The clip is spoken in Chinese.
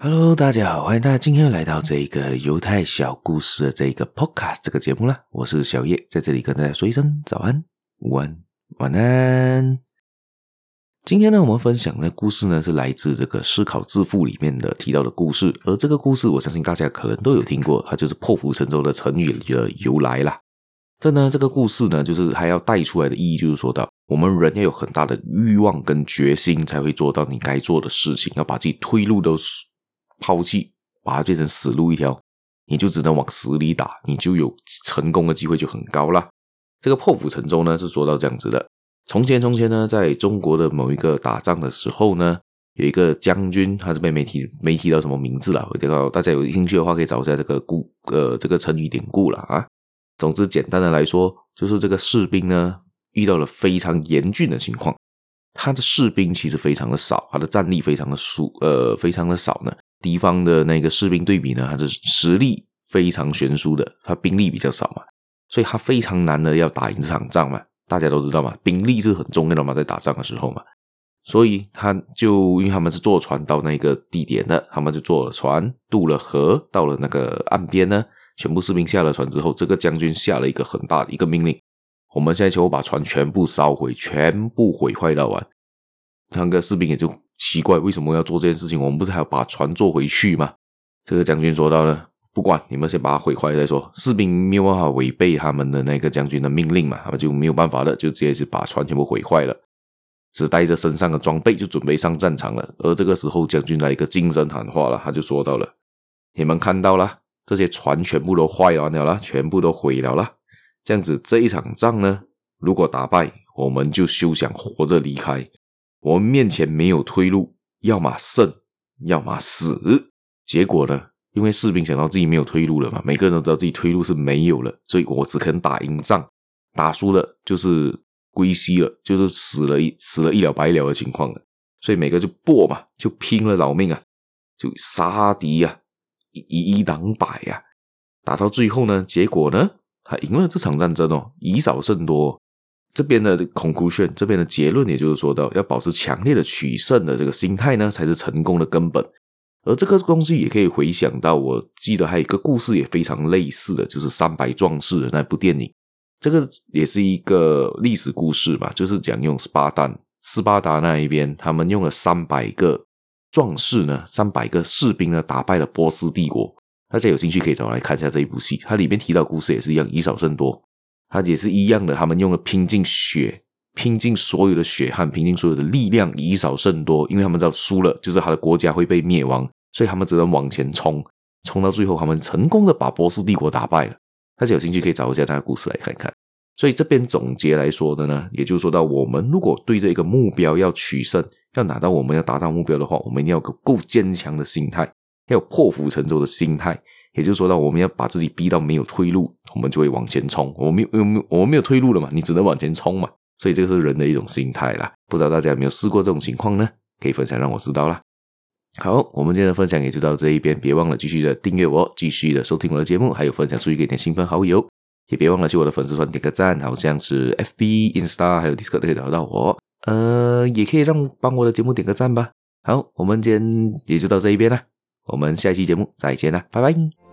Hello， 大家好，欢迎大家今天又来到这个犹太小故事的这个 podcast 这个节目啦。我是小叶，在这里跟大家说一声早安、午安、晚安。今天呢，我们分享的故事呢是来自这个《思考致富》里面的提到的故事，而这个故事我相信大家可能都有听过，它就是破釜沉舟的成语的由来啦。这个故事呢，就是还要带出来的意义，就是说到我们人要有很大的欲望跟决心，才会做到你该做的事情，要把自己退路都抛弃，把它变成死路一条，你就只能往死里打，你就有成功的机会就很高啦。这个破釜沉舟呢是说到这样子的。从前呢，在中国的某一个打仗的时候呢，有一个将军，他这边没提到什么名字啦，大家有兴趣的话可以找一下这个成语典故啦啊。总之简单的来说，就是这个士兵呢遇到了非常严峻的情况，他的士兵其实非常的少，他的战力非常的少呢。敌方的那个士兵对比呢，他的实力非常悬殊的，他兵力比较少嘛，所以他非常难的要打赢这场仗嘛。大家都知道嘛，兵力是很重要的嘛，在打仗的时候嘛。所以因为他们是坐船到那个地点的，他们就坐了船渡了河，到了那个岸边呢，全部士兵下了船之后，这个将军下了一个很大的一个命令，我们现在就把船全部烧毁，全部毁坏到完。那个士兵也就奇怪，为什么要做这件事情？我们不是还要把船做回去吗？这个将军说到呢，不管，你们先把它毁坏再说。士兵没有办法违背他们的那个将军的命令嘛，他们就没有办法了，就直接是把船全部毁坏了，只带着身上的装备就准备上战场了。而这个时候将军来一个精神喊话了，他就说到了，你们看到了，这些船全部都坏完了啦，全部都毁了啦。这样子这一场仗呢，如果打败，我们就休想活着离开。我们面前没有退路，要么胜，要么死。结果呢，因为士兵想到自己没有退路了嘛，每个人都知道自己退路是没有了，所以我只可能打赢仗，打输了就是归西了，就是死了一了百了的情况了。所以每个就搏嘛，就拼了老命啊，就杀敌啊，以一挡百啊。打到最后呢，结果呢，他赢了这场战争哦，以少胜多。这边的 conclusion， 这边的结论也就是说到，要保持强烈的取胜的这个心态呢，才是成功的根本。而这个东西也可以回想到，我记得还有一个故事也非常类似的，就是300壮士的那部电影。这个也是一个历史故事嘛，就是讲用斯巴达那一边，他们用了300个壮士呢，300个士兵呢，打败了波斯帝国。大家有兴趣可以找来看一下这一部戏，它里面提到的故事也是一样，以少胜多。它也是一样的，他们用了拼尽所有的血汗，拼尽所有的力量，以少胜多。因为他们知道输了就是他的国家会被灭亡，所以他们只能往前冲到最后他们成功的把波斯帝国打败了。大家有兴趣可以找一下那个故事来看看。所以这边总结来说的呢，也就是说到我们如果对这一个目标要取胜，要拿到我们要达到目标的话，我们一定要有够坚强的心态，要有破釜沉舟的心态。也就是说到我们要把自己逼到没有退路，我们就会往前冲。我们没有退路了嘛，你只能往前冲嘛。所以这个是人的一种心态啦。不知道大家有没有试过这种情况呢？可以分享让我知道啦。好，我们今天的分享也就到这一边，别忘了继续的订阅我，继续的收听我的节目，还有分享出去给你的亲朋好友。也别忘了去我的粉丝团点个赞，好像是 FB、Insta 还有 Discord 都可以找到我。也可以帮我的节目点个赞吧。好，我们今天也就到这一边啦。我们下一期节目再见啦，拜拜。